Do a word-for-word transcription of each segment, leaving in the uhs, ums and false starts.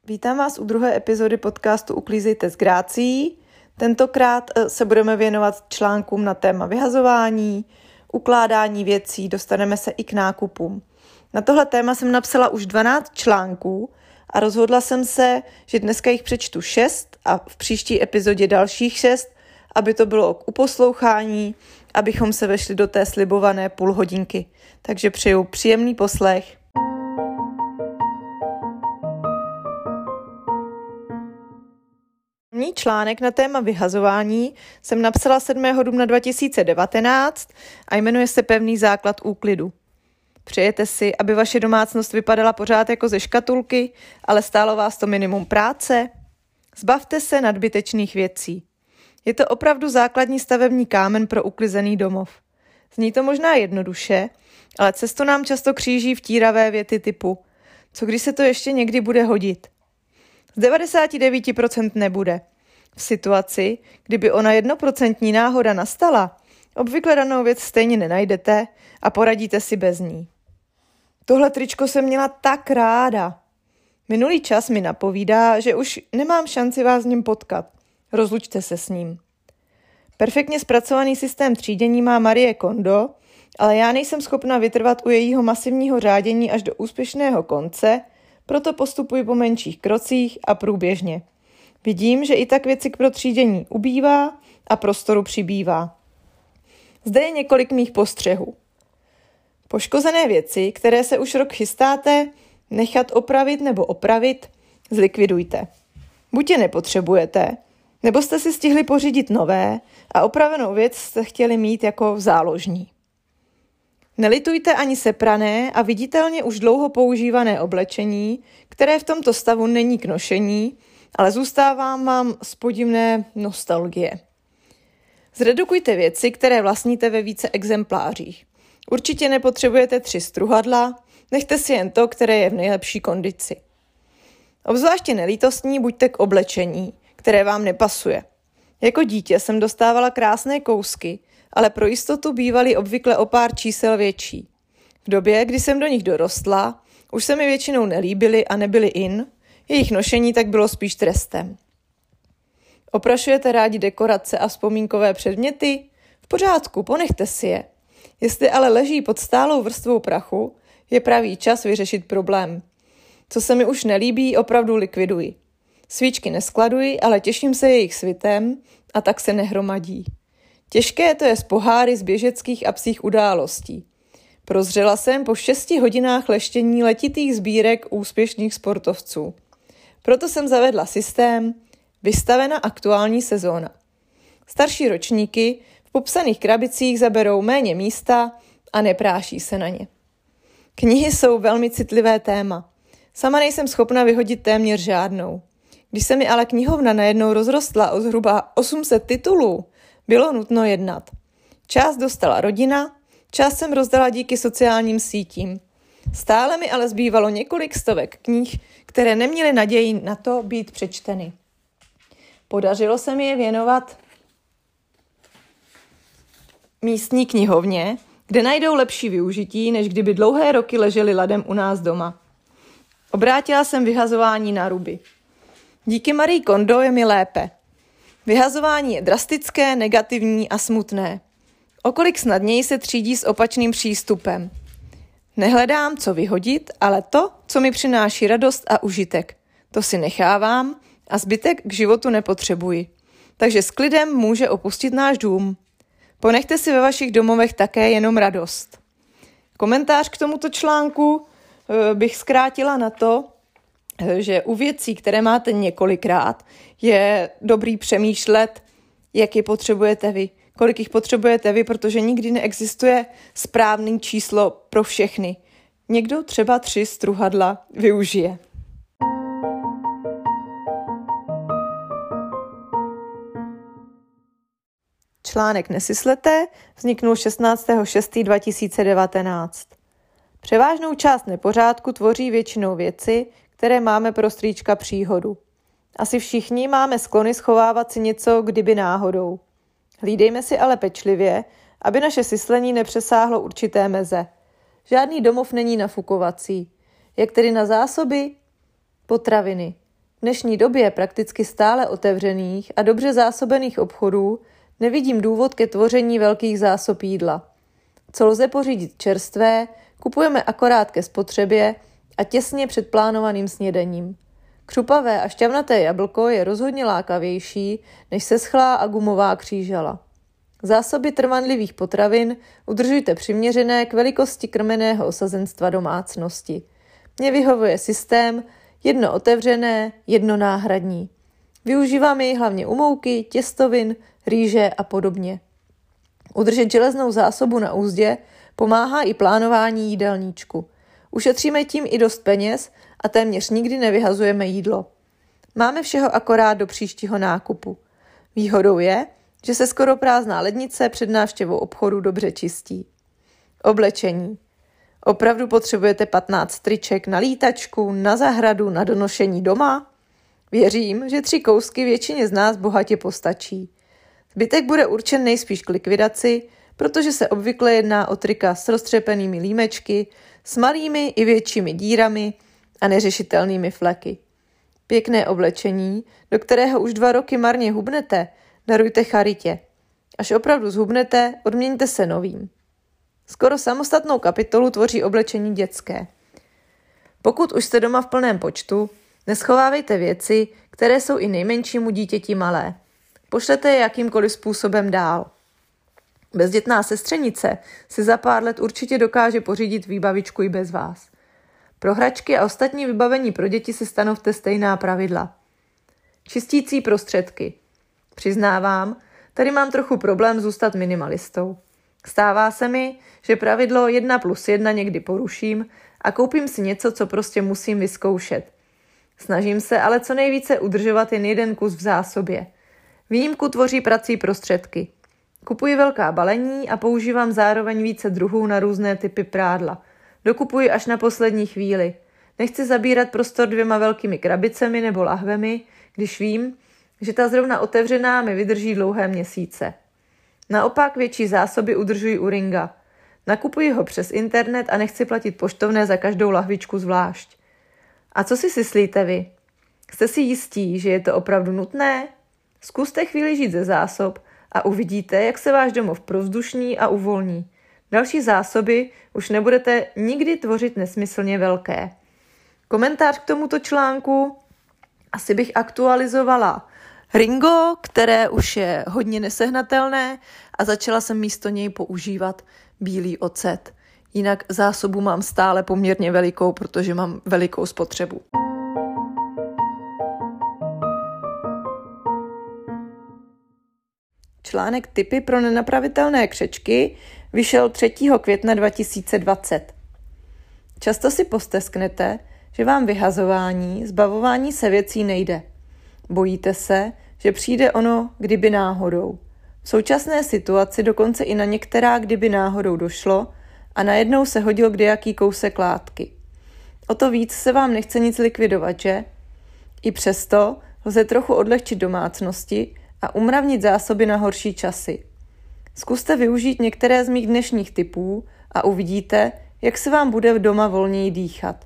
Vítám vás u druhé epizody podcastu Uklízejte s grácií. Tentokrát se budeme věnovat článkům na téma vyhazování, ukládání věcí, dostaneme se i k nákupům. Na tohle téma jsem napsala už dvanáct článků a rozhodla jsem se, že dneska jich přečtu šest a v příští epizodě dalších šest, aby to bylo k uposlouchání, abychom se vešli do té slibované půl hodinky. Takže přeju příjemný poslech. První článek na téma vyhazování jsem napsala sedmého dubna dva tisíce devatenáct a jmenuje se Pevný základ úklidu. Přejete si, aby vaše domácnost vypadala pořád jako ze škatulky, ale stálo vás to minimum práce? Zbavte se nadbytečných věcí. Je to opravdu základní stavební kámen pro uklizený domov. Zní to možná jednoduše, ale cesto nám často kříží vtíravé věty typu co když se to ještě někdy bude hodit? Z devadesát devět procent nebude. V situaci, kdyby ona jednoprocentní náhoda nastala, obvykle danou věc stejně nenajdete a poradíte si bez ní. Tohle tričko jsem měla tak ráda. Minulý čas mi napovídá, že už nemám šanci vás s ním potkat. Rozlučte se s ním. Perfektně zpracovaný systém třídění má Marie Kondo, ale já nejsem schopna vytrvat u jejího masivního řádění až do úspěšného konce, proto postupuji po menších krocích a průběžně. Vidím, že i tak věci pro třídění ubývá a prostoru přibývá. Zde je několik mých postřehů. Poškozené věci, které se už rok chystáte nechat opravit nebo opravit, zlikvidujte. Buď je nepotřebujete, nebo jste si stihli pořídit nové a opravenou věc jste chtěli mít jako záložní. Nelitujte ani seprané a viditelně už dlouho používané oblečení, které v tomto stavu není k nošení, ale zůstává vám z podivné nostalgie. Zredukujte věci, které vlastníte ve více exemplářích. Určitě nepotřebujete tři struhadla, nechte si jen to, které je v nejlepší kondici. Obzvláště nelítostní buďte k oblečení, které vám nepasuje. Jako dítě jsem dostávala krásné kousky, ale pro jistotu bývaly obvykle o pár čísel větší. V době, kdy jsem do nich dorostla, už se mi většinou nelíbily a nebyly in, jejich nošení tak bylo spíš trestem. Oprašujete rádi dekorace a vzpomínkové předměty? V pořádku, ponechte si je. Jestli ale leží pod stálou vrstvou prachu, je pravý čas vyřešit problém. Co se mi už nelíbí, opravdu likviduji. Svíčky neskladuji, ale těším se jejich svitem a tak se nehromadí. Těžké to je z poháry z běžeckých a psích událostí. Prozřela jsem po šesti hodinách leštění letitých sbírek úspěšných sportovců. Proto jsem zavedla systém vystavena aktuální sezóna. Starší ročníky v popsaných krabicích zaberou méně místa a nepráší se na ně. Knihy jsou velmi citlivé téma. Sama nejsem schopna vyhodit téměř žádnou. Když se mi ale knihovna najednou rozrostla o zhruba osm set titulů, bylo nutno jednat. Část dostala rodina, část jsem rozdala díky sociálním sítím. Stále mi ale zbývalo několik stovek knih, které neměly naději na to být přečteny. Podařilo se mi je věnovat místní knihovně, kde najdou lepší využití, než kdyby dlouhé roky ležely ladem u nás doma. Obrátila jsem vyhazování na ruby. Díky Marie Kondo je mi lépe. Vyhazování je drastické, negativní a smutné. Okolik snadněji se třídí s opačným přístupem. Nehledám, co vyhodit, ale to, co mi přináší radost a užitek. To si nechávám a zbytek k životu nepotřebuji. Takže s klidem může opustit náš dům. Ponechte si ve vašich domovech také jenom radost. Komentář k tomuto článku bych zkrátila na to, že u věcí, které máte několikrát, je dobrý přemýšlet, jak je potřebujete vy, kolik jich potřebujete vy, protože nikdy neexistuje správný číslo pro všechny. Někdo třeba tři struhadla využije. Článek Nesyslete vzniknul šestnáctého šestého dva tisíce devatenáct. Převážnou část nepořádku tvoří většinou věci, které máme pro strýčka příhodu. Asi všichni máme sklony schovávat si něco kdyby náhodou. Hlídejme si ale pečlivě, aby naše syslení nepřesáhlo určité meze. Žádný domov není nafukovací. Jak tedy na zásoby? Potraviny. V dnešní době prakticky stále otevřených a dobře zásobených obchodů nevidím důvod ke tvoření velkých zásob jídla. Co lze pořídit čerstvé, kupujeme akorát ke spotřebě a těsně před plánovaným snědením. Křupavé a šťavnaté jablko je rozhodně lákavější než seschlá a gumová křížala. Zásoby trvanlivých potravin udržujte přiměřené k velikosti krmenného osazenstva domácnosti. Mně vyhovuje systém jedno otevřené, jedno náhradní. Využívám jej hlavně u mouky, těstovin, rýže a podobně. Udržet železnou zásobu na úzdě pomáhá i plánování jídelníčku. Ušetříme tím i dost peněz a téměř nikdy nevyhazujeme jídlo. Máme všeho akorát do příštího nákupu. Výhodou je, že se skoro prázdná lednice před návštěvou obchodu dobře čistí. Oblečení. Opravdu potřebujete patnáct triček na lítačku, na zahradu, na donošení doma? Věřím, že tři kousky většině z nás bohatě postačí. Zbytek bude určen nejspíš k likvidaci, protože se obvykle jedná o trika s roztřepenými límečky, s malými i většími dírami a neřešitelnými fleky. Pěkné oblečení, do kterého už dva roky marně hubnete, darujte charitě. Až opravdu zhubnete, odměňte se novým. Skoro samostatnou kapitolu tvoří oblečení dětské. Pokud už jste doma v plném počtu, neschovávejte věci, které jsou i nejmenšímu dítěti malé. Pošlete je jakýmkoliv způsobem dál. Bezdětná sestřenice si za pár let určitě dokáže pořídit výbavičku i bez vás. Pro hračky a ostatní vybavení pro děti si stanovte stejná pravidla. Čistící prostředky. Přiznávám, tady mám trochu problém zůstat minimalistou. Stává se mi, že pravidlo jedna plus jedna někdy poruším a koupím si něco, co prostě musím vyzkoušet. Snažím se ale co nejvíce udržovat jen jeden kus v zásobě. Výjimku tvoří prací prostředky. Kupuji velká balení a používám zároveň více druhů na různé typy prádla. Dokupuji až na poslední chvíli. Nechci zabírat prostor dvěma velkými krabicemi nebo lahvemi, když vím, že ta zrovna otevřená mi vydrží dlouhé měsíce. Naopak větší zásoby udržuji u Ringa. Nakupuji ho přes internet a nechci platit poštovné za každou lahvičku zvlášť. A co si myslíte vy? Jste si jistí, že je to opravdu nutné? Zkuste chvíli žít ze zásob a uvidíte, jak se váš domov provzdušní a uvolní. Další zásoby už nebudete nikdy tvořit nesmyslně velké. Komentář k tomuto článku asi bych aktualizovala Ringo, které už je hodně nesehnatelné a začala jsem místo něj používat bílý ocet. Jinak zásobu mám stále poměrně velikou, protože mám velikou spotřebu. Článek Tipy pro nenapravitelné křečky vyšel třetího května dva tisíce dvacet. Často si postesknete, že vám vyhazování, zbavování se věcí nejde. Bojíte se, že přijde ono, kdyby náhodou. V současné situaci dokonce i na některá kdyby náhodou došlo a najednou se hodil kdejaký kousek látky. O to víc se vám nechce nic likvidovat, že? I přesto lze trochu odlehčit domácnosti a umravnit zásoby na horší časy. Zkuste využít některé z mých dnešních tipů a uvidíte, jak se vám bude doma volněji dýchat.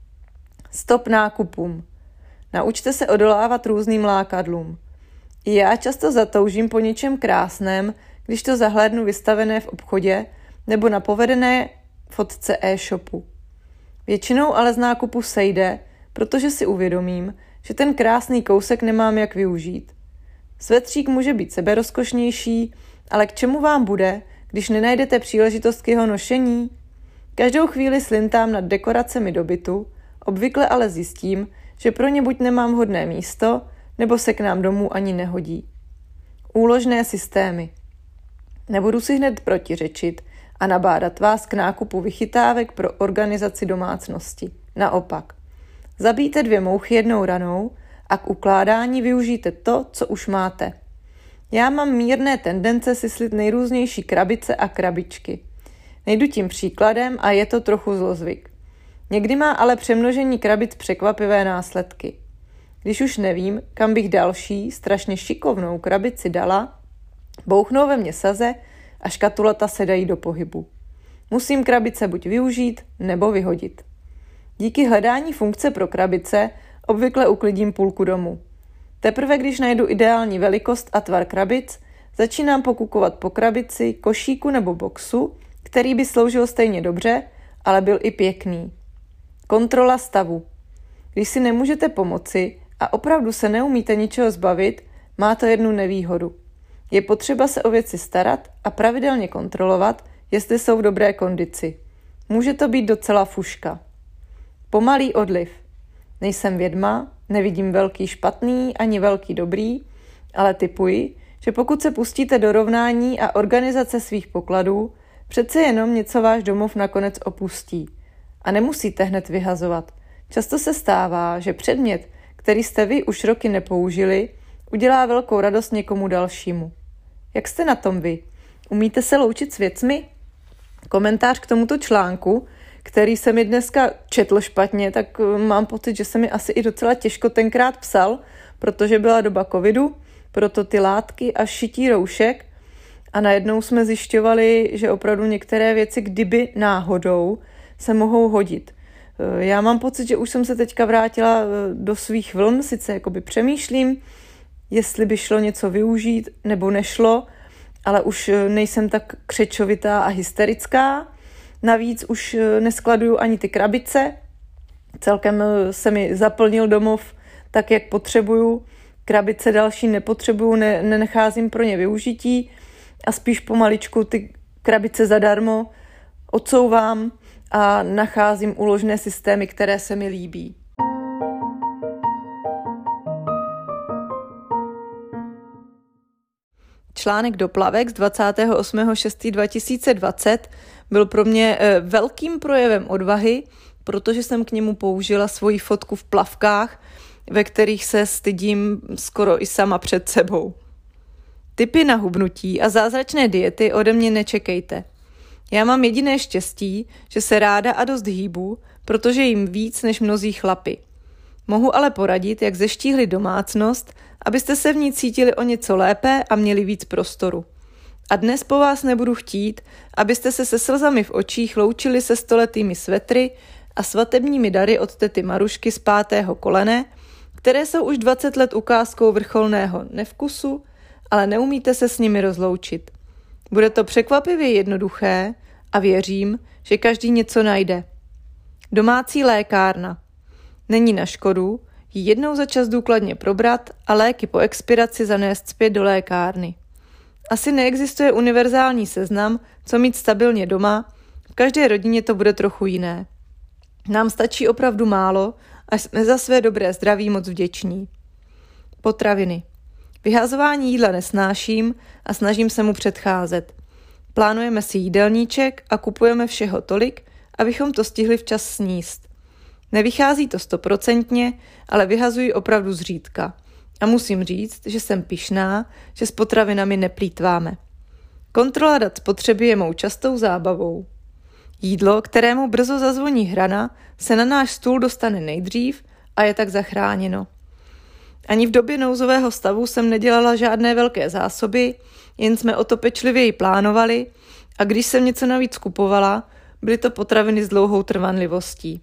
Stop nákupům. Naučte se odolávat různým lákadlům. I já často zatoužím po něčem krásném, když to zahlédnu vystavené v obchodě nebo na povedené fotce e-shopu. Většinou ale z nákupu sejde, protože si uvědomím, že ten krásný kousek nemám jak využít. Svetřík může být seberozkošnější, ale k čemu vám bude, když nenajdete příležitost k jeho nošení? Každou chvíli slintám nad dekoracemi do bytu, obvykle ale zjistím, že pro ně buď nemám vhodné místo, nebo se k nám domů ani nehodí. Úložné systémy. Nebudu si hned protiřečit a nabádat vás k nákupu vychytávek pro organizaci domácnosti. Naopak. Zabijte dvě mouchy jednou ranou a k ukládání využijte to, co už máte. Já mám mírné tendence si slit nejrůznější krabice a krabičky. Nejdu tím příkladem a je to trochu zlozvyk. Někdy má ale přemnožení krabic překvapivé následky. Když už nevím, kam bych další, strašně šikovnou krabici dala, bouchnou ve mně saze a škatulata se dají do pohybu. Musím krabice buď využít, nebo vyhodit. Díky hledání funkce pro krabice obvykle uklidím půlku domu. Teprve když najdu ideální velikost a tvar krabic, začínám pokukovat po krabici, košíku nebo boxu, který by sloužil stejně dobře, ale byl i pěkný. Kontrola stavu. Když si nemůžete pomoci a opravdu se neumíte ničeho zbavit, má to jednu nevýhodu. Je potřeba se o věci starat a pravidelně kontrolovat, jestli jsou v dobré kondici. Může to být docela fuška. Pomalý odliv. Nejsem vědma, nevidím velký špatný ani velký dobrý, ale tipuji, že pokud se pustíte do rovnání a organizace svých pokladů, přece jenom něco váš domov nakonec opustí. A nemusíte hned vyhazovat. Často se stává, že předmět, který jste vy už roky nepoužili, udělá velkou radost někomu dalšímu. Jak jste na tom vy? Umíte se loučit s věcmi? Komentář k tomuto článku, který se mi dneska četl špatně, tak mám pocit, že se mi asi i docela těžko tenkrát psal, protože byla doba covidu, proto ty látky a šití roušek a najednou jsme zjišťovali, že opravdu některé věci, kdyby náhodou, se mohou hodit. Já mám pocit, že už jsem se teďka vrátila do svých vln, sice jakoby přemýšlím, jestli by šlo něco využít nebo nešlo, ale už nejsem tak křečovitá a hysterická. Navíc už neskladuju ani ty krabice. Celkem se mi zaplnil domov tak, jak potřebuju. Krabice další nepotřebuju, ne, nenecházím pro ně využití a spíš pomaličku ty krabice zadarmo odsouvám a nacházím úložné systémy, které se mi líbí. Článek do Plavek z dvacátého osmého šestého dva tisíce dvacet byl pro mě velkým projevem odvahy, protože jsem k němu použila svoji fotku v plavkách, ve kterých se stydím skoro i sama před sebou. Tipy na hubnutí a zázračné diety ode mě nečekejte. Já mám jediné štěstí, že se ráda a dost hýbu, protože jim víc než mnozí chlapi. Mohu ale poradit, jak zeštíhlit domácnost, abyste se v ní cítili o něco lépe a měli víc prostoru. A dnes po vás nebudu chtít, abyste se se slzami v očích loučili se stoletými svetry a svatebními dary od tety Marušky z pátého kolene, které jsou už dvacet let ukázkou vrcholného nevkusu, ale neumíte se s nimi rozloučit. Bude to překvapivě jednoduché a věřím, že každý něco najde. Domácí lékárna. Není na škodu ji jednou za čas důkladně probrat a léky po expiraci zanést zpět do lékárny. Asi neexistuje univerzální seznam, co mít stabilně doma, v každé rodině to bude trochu jiné. Nám stačí opravdu málo a jsme za své dobré zdraví moc vděční. Potraviny. Vyhazování jídla nesnáším a snažím se mu předcházet. Plánujeme si jídelníček a kupujeme všeho tolik, abychom to stihli včas sníst. Nevychází to stoprocentně, ale vyhazuji opravdu zřídka. A musím říct, že jsem pyšná, že s potravinami neplýtváme. Kontrola dat spotřeby je mou častou zábavou. Jídlo, kterému brzo zazvoní hrana, se na náš stůl dostane nejdřív a je tak zachráněno. Ani v době nouzového stavu jsem nedělala žádné velké zásoby, jen jsme o to pečlivěji plánovali a když jsem něco navíc kupovala, byly to potraviny s dlouhou trvanlivostí.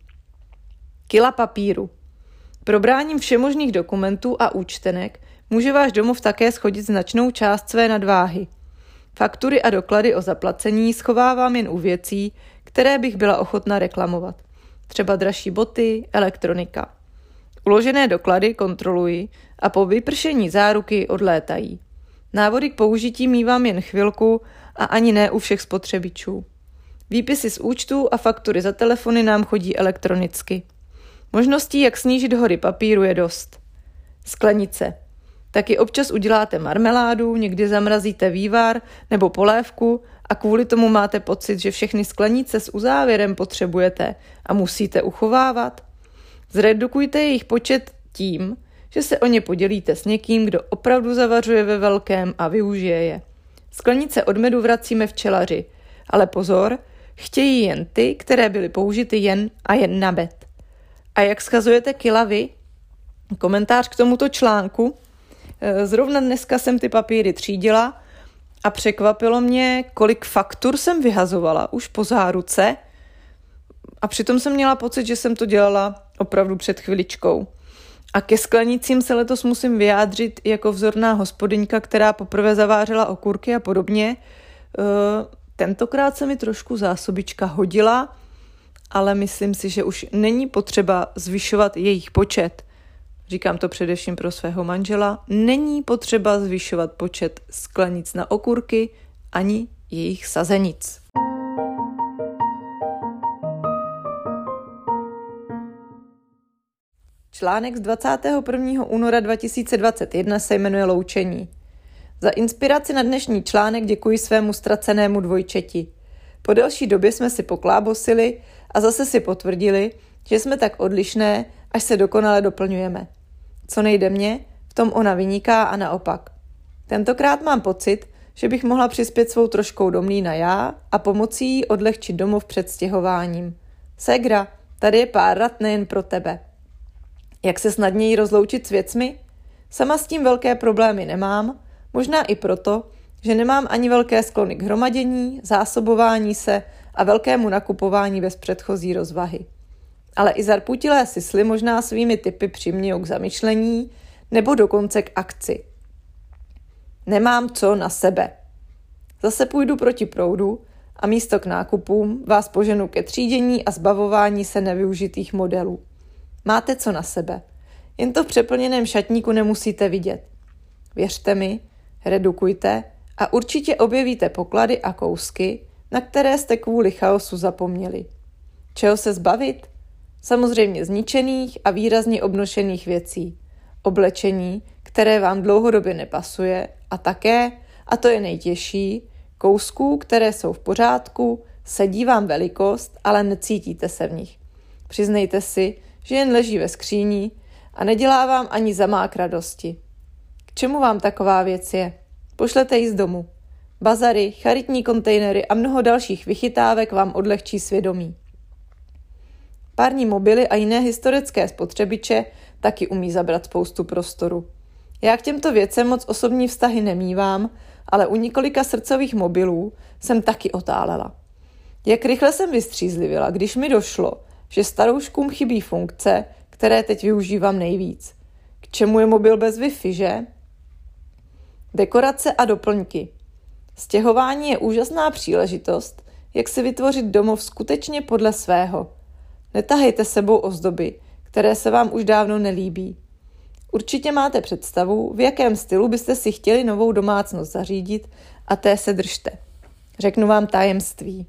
Kila papíru. Probráním všemožných dokumentů a účtenek může váš domov také schodit značnou část své nadváhy. Faktury a doklady o zaplacení schovávám jen u věcí, které bych byla ochotna reklamovat. Třeba dražší boty, elektronika. Uložené doklady kontroluji a po vypršení záruky odlétají. Návody k použití mívám jen chvilku a ani ne u všech spotřebičů. Výpisy z účtů a faktury za telefony nám chodí elektronicky. Možností, jak snížit hory papíru, je dost. Sklenice. Taky občas uděláte marmeládu, někdy zamrazíte vývar nebo polévku a kvůli tomu máte pocit, že všechny sklenice s uzávěrem potřebujete a musíte uchovávat. Zredukujte jejich počet tím, že se o ně podělíte s někým, kdo opravdu zavařuje ve velkém a využije je. Sklenice od medu vracíme včelaři, ale pozor, chtějí jen ty, které byly použity jen a jen na med. A jak schazujete kila vy? Komentář k tomuto článku. Zrovna dneska jsem ty papíry třídila a překvapilo mě, kolik faktur jsem vyhazovala už po záruce a přitom jsem měla pocit, že jsem to dělala opravdu před chviličkou. A ke sklenicím se letos musím vyjádřit jako vzorná hospodyňka, která poprvé zavářela okurky a podobně. Tentokrát se mi trošku zásobička hodila, ale myslím si, že už není potřeba zvyšovat jejich počet. Říkám to především pro svého manžela. Není potřeba zvyšovat počet sklenic na okurky ani jejich sazenic. Článek z dvacátého prvního února dva tisíce dvacet jedna se jmenuje Loučení. Za inspiraci na dnešní článek děkuji svému ztracenému dvojčeti. Po delší době jsme si poklábosili a zase si potvrdili, že jsme tak odlišné, až se dokonale doplňujeme. Co nejde mně, v tom ona vyniká a naopak. Tentokrát mám pocit, že bych mohla přispět svou troškou do mlýna já a pomocí jí odlehčit domov před stěhováním. Ségra, tady je pár rad nejen pro tebe. Jak se snadněji rozloučit s věcmi? Sama s tím velké problémy nemám, možná i proto, že nemám ani velké sklony k hromadění, zásobování se a velkému nakupování bez předchozí rozvahy. Ale i zarputilé sisly možná svými tipy přimějou k zamyšlení nebo dokonce k akci. Nemám co na sebe. Zase půjdu proti proudu a místo k nákupům vás poženu ke třídění a zbavování se nevyužitých modelů. Máte co na sebe. Jen to v přeplněném šatníku nemusíte vidět. Věřte mi, redukujte a určitě objevíte poklady a kousky, na které jste kvůli chaosu zapomněli. Čeho se zbavit? Samozřejmě zničených a výrazně obnošených věcí. Oblečení, které vám dlouhodobě nepasuje a také, a to je nejtěžší, kousků, které jsou v pořádku, sedí vám velikost, ale necítíte se v nich. Přiznejte si, že jen leží ve skříni a nedělá vám ani zamák radosti. K čemu vám taková věc je? Pošlete ji z domu. Bazary, charitní kontejnery a mnoho dalších vychytávek vám odlehčí svědomí. Pární mobily a jiné historické spotřebiče taky umí zabrat spoustu prostoru. Já k těmto věcem moc osobní vztahy nemívám, ale u několika srdcových mobilů jsem taky otálela. Jak rychle jsem vystřízlivila, když mi došlo, že starouškům chybí funkce, které teď využívám nejvíc. K čemu je mobil bez Wi-Fi, že? Dekorace a doplňky. Stěhování je úžasná příležitost, jak si vytvořit domov skutečně podle svého. Netahejte sebou ozdoby, které se vám už dávno nelíbí. Určitě máte představu, v jakém stylu byste si chtěli novou domácnost zařídit a té se držte. Řeknu vám tajemství.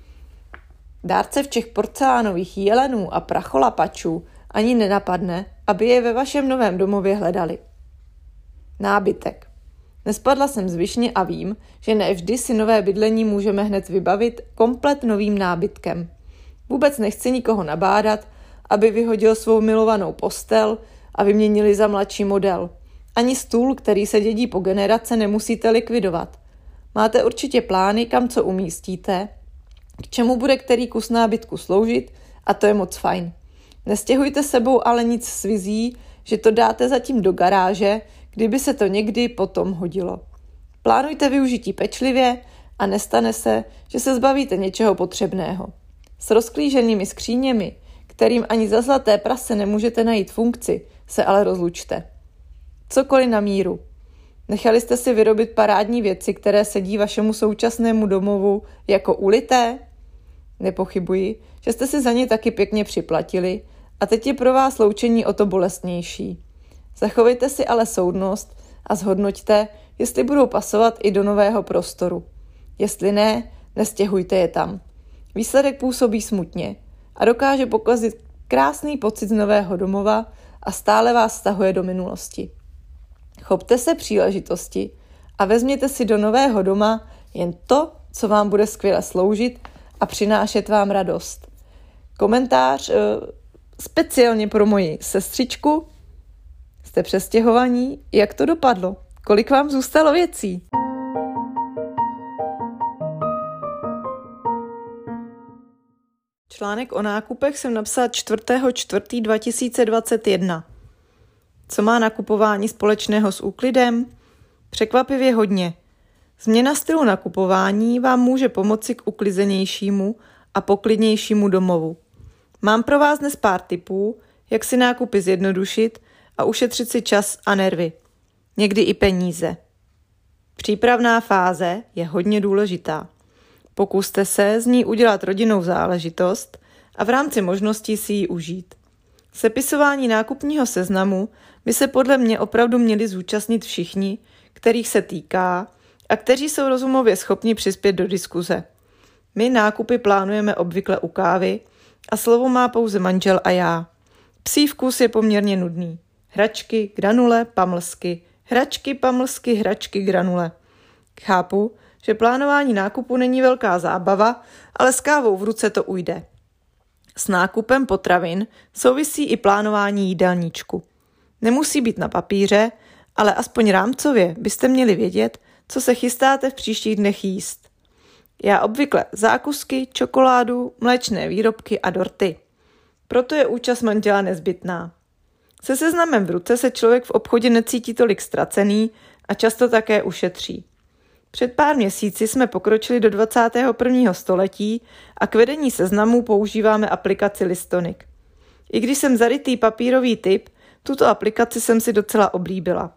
Dárce všech porcelánových jelenů a pracholapačů ani nenapadne, aby je ve vašem novém domově hledali. Nábytek. Nespadla jsem z višně a vím, že ne vždy si nové bydlení můžeme hned vybavit komplet novým nábytkem. Vůbec nechci nikoho nabádat, aby vyhodil svou milovanou postel a vyměnili za mladší model. Ani stůl, který se dědí po generace, nemusíte likvidovat. Máte určitě plány, kam co umístíte, k čemu bude který kus nábytku sloužit a to je moc fajn. Nestěhujte sebou ale nic s vizí, že to dáte zatím do garáže, kdyby se to někdy potom hodilo. Plánujte využití pečlivě a nestane se, že se zbavíte něčeho potřebného. S rozklíženými skříněmi, kterým ani za zlaté prase nemůžete najít funkci, se ale rozlučte. Cokoliv na míru. Nechali jste si vyrobit parádní věci, které sedí vašemu současnému domovu jako ulité? Nepochybuji, že jste si za ně taky pěkně připlatili a teď je pro vás loučení o to bolestnější. Zachovejte si ale soudnost a zhodnoťte, jestli budou pasovat i do nového prostoru. Jestli ne, nestěhujte je tam. Výsledek působí smutně a dokáže pokazit krásný pocit z nového domova a stále vás stahuje do minulosti. Chopte se příležitosti a vezměte si do nového doma jen to, co vám bude skvěle sloužit a přinášet vám radost. Komentář e, speciálně pro moji sestřičku. Jste přestěhovaní? Jak to dopadlo? Kolik vám zůstalo věcí? Článek o nákupech jsem napsala čtvrtého čtvrtého dva tisíce dvacet jedna. Co má nakupování společného s úklidem? Překvapivě hodně. Změna stylu nakupování vám může pomoci k uklizenějšímu a poklidnějšímu domovu. Mám pro vás dnes pár tipů, jak si nákupy zjednodušit a ušetřit si čas a nervy. Někdy i peníze. Přípravná fáze je hodně důležitá. Pokuste se z ní udělat rodinnou záležitost a v rámci možností si ji užít. Sepisování nákupního seznamu by se podle mě opravdu měli zúčastnit všichni, kterých se týká a kteří jsou rozumově schopni přispět do diskuze. My nákupy plánujeme obvykle u kávy a slovo má pouze manžel a já. Psí vkus je poměrně nudný. Hračky, granule, pamlsky. Hračky, pamlsky, hračky, granule. Chápu, že plánování nákupu není velká zábava, ale s kávou v ruce to ujde. S nákupem potravin souvisí i plánování jídelníčku. Nemusí být na papíře, ale aspoň rámcově byste měli vědět, co se chystáte v příštích dnech jíst. Já obvykle zákusky, čokoládu, mléčné výrobky a dorty. Proto je účast manžela nezbytná. Se seznamem v ruce se člověk v obchodě necítí tolik ztracený a často také ušetří. Před pár měsíci jsme pokročili do dvacátého prvního století a k vedení seznamů používáme aplikaci Listonic. I když jsem zarytý papírový typ, tuto aplikaci jsem si docela oblíbila.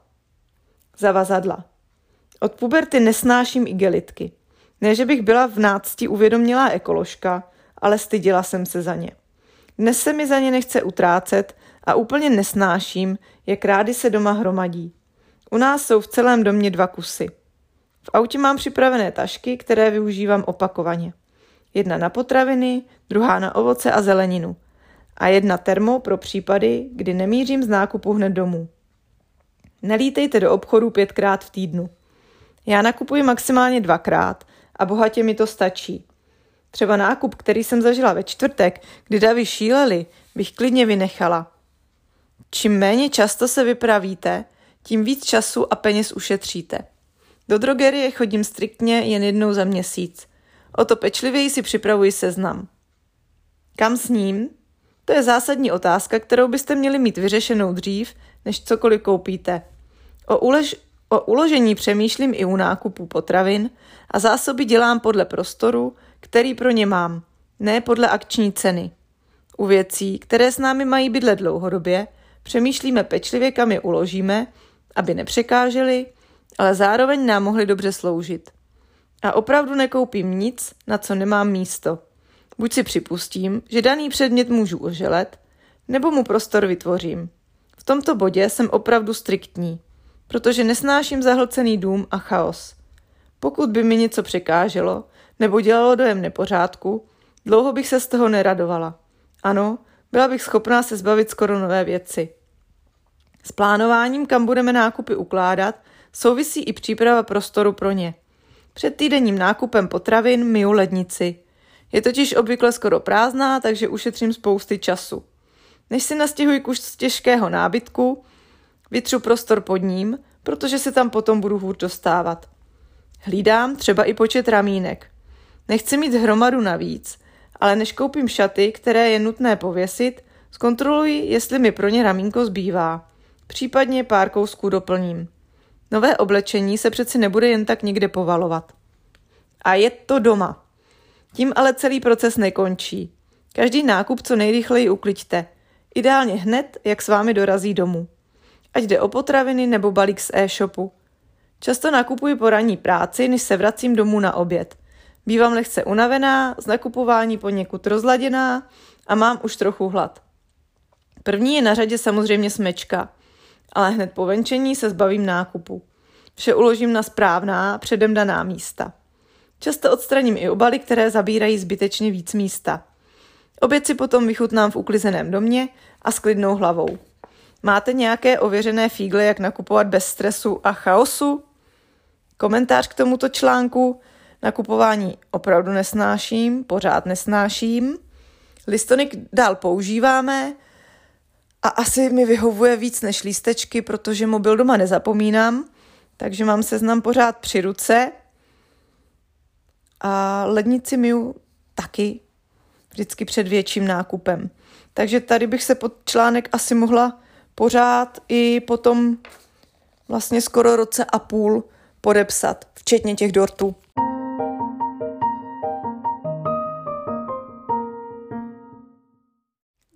Zavazadla. Od puberty nesnáším igelitky. Ne, že bych byla v nácti uvědomělá ekoložka, ale styděla jsem se za ně. Dnes se mi za ně nechce utrácet a úplně nesnáším, jak rády se doma hromadí. U nás jsou v celém domě dva kusy. V autě mám připravené tašky, které využívám opakovaně. Jedna na potraviny, druhá na ovoce a zeleninu. A jedna termo pro případy, kdy nemířím z nákupu hned domů. Nelítejte do obchodu pětkrát v týdnu. Já nakupuji maximálně dvakrát a bohatě mi to stačí. Třeba nákup, který jsem zažila ve čtvrtek, kdy davy šílely, bych klidně vynechala. Čím méně často se vypravíte, tím víc času a peněz ušetříte. Do drogerie chodím striktně jen jednou za měsíc. O to pečlivěji si připravuji seznam. Kam s ním? To je zásadní otázka, kterou byste měli mít vyřešenou dřív, než cokoliv koupíte. O, ulež, o uložení přemýšlím i u nákupu potravin a zásoby dělám podle prostoru, který pro ně mám, ne podle akční ceny. U věcí, které s námi mají bydlet dlouhodobě, přemýšlíme pečlivě, kam je uložíme, aby nepřekážely, ale zároveň nám mohly dobře sloužit. A opravdu nekoupím nic, na co nemám místo. Buď si připustím, že daný předmět můžu oželet, nebo mu prostor vytvořím. V tomto bodě jsem opravdu striktní, protože nesnáším zahlcený dům a chaos. Pokud by mi něco překáželo, nebo dělalo dojem nepořádku, dlouho bych se z toho neradovala. Ano, byla bych schopná se zbavit skoro nové věci. S plánováním, kam budeme nákupy ukládat, souvisí i příprava prostoru pro ně. Před týdenním nákupem potravin myju lednici. Je totiž obvykle skoro prázdná, takže ušetřím spousty času. Než si nastěhuji kus těžkého nábytku, vytřu prostor pod ním, protože se tam potom budu hůř dostávat. Hlídám třeba i počet ramínek. Nechci mít hromadu navíc, ale než koupím šaty, které je nutné pověsit, zkontroluji, jestli mi pro ně ramínko zbývá. Případně pár kousků doplním. Nové oblečení se přeci nebude jen tak někde povalovat. A je to doma. Tím ale celý proces nekončí. Každý nákup co nejrychleji ukliďte. Ideálně hned, jak s vámi dorazí domů. Ať jde o potraviny nebo balík z e-shopu. Často nakupuji po ranní práci, než se vracím domů na oběd. Bývám lehce unavená, z nakupování poněkud rozladěná a mám už trochu hlad. První je na řadě samozřejmě smečka, ale hned po venčení se zbavím nákupu. Vše uložím na správná, předem daná místa. Často odstraním i obaly, které zabírají zbytečně víc místa. Oběd si potom vychutnám v uklizeném domě a s klidnou hlavou. Máte nějaké ověřené fígle, jak nakupovat bez stresu a chaosu? Komentář k tomuto článku. Nakupování opravdu nesnáším, pořád nesnáším. Listonic dál používáme a asi mi vyhovuje víc než lístečky, protože mobil doma nezapomínám, takže mám seznam pořád při ruce a lednici myju taky vždycky před větším nákupem. Takže tady bych se pod článek asi mohla pořád i potom vlastně skoro roce a půl podepsat, včetně těch dortů.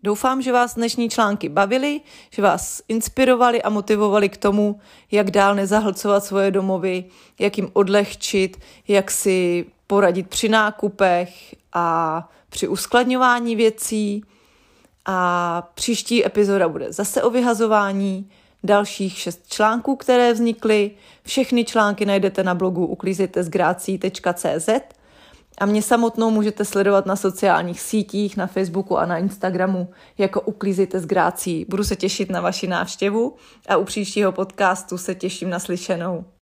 Doufám, že vás dnešní články bavily, že vás inspirovali a motivovali k tomu, jak dál nezahlcovat svoje domovy, jak jim odlehčit, jak si poradit při nákupech a při uskladňování věcí. A příští epizoda bude zase o vyhazování, dalších šest článků, které vznikly. Všechny články najdete na blogu uklízejte s grácií tečka cé zet a mě samotnou můžete sledovat na sociálních sítích, na Facebooku a na Instagramu jako Uklízejte s grácií. Budu se těšit na vaši návštěvu a u příštího podcastu se těším na slyšenou.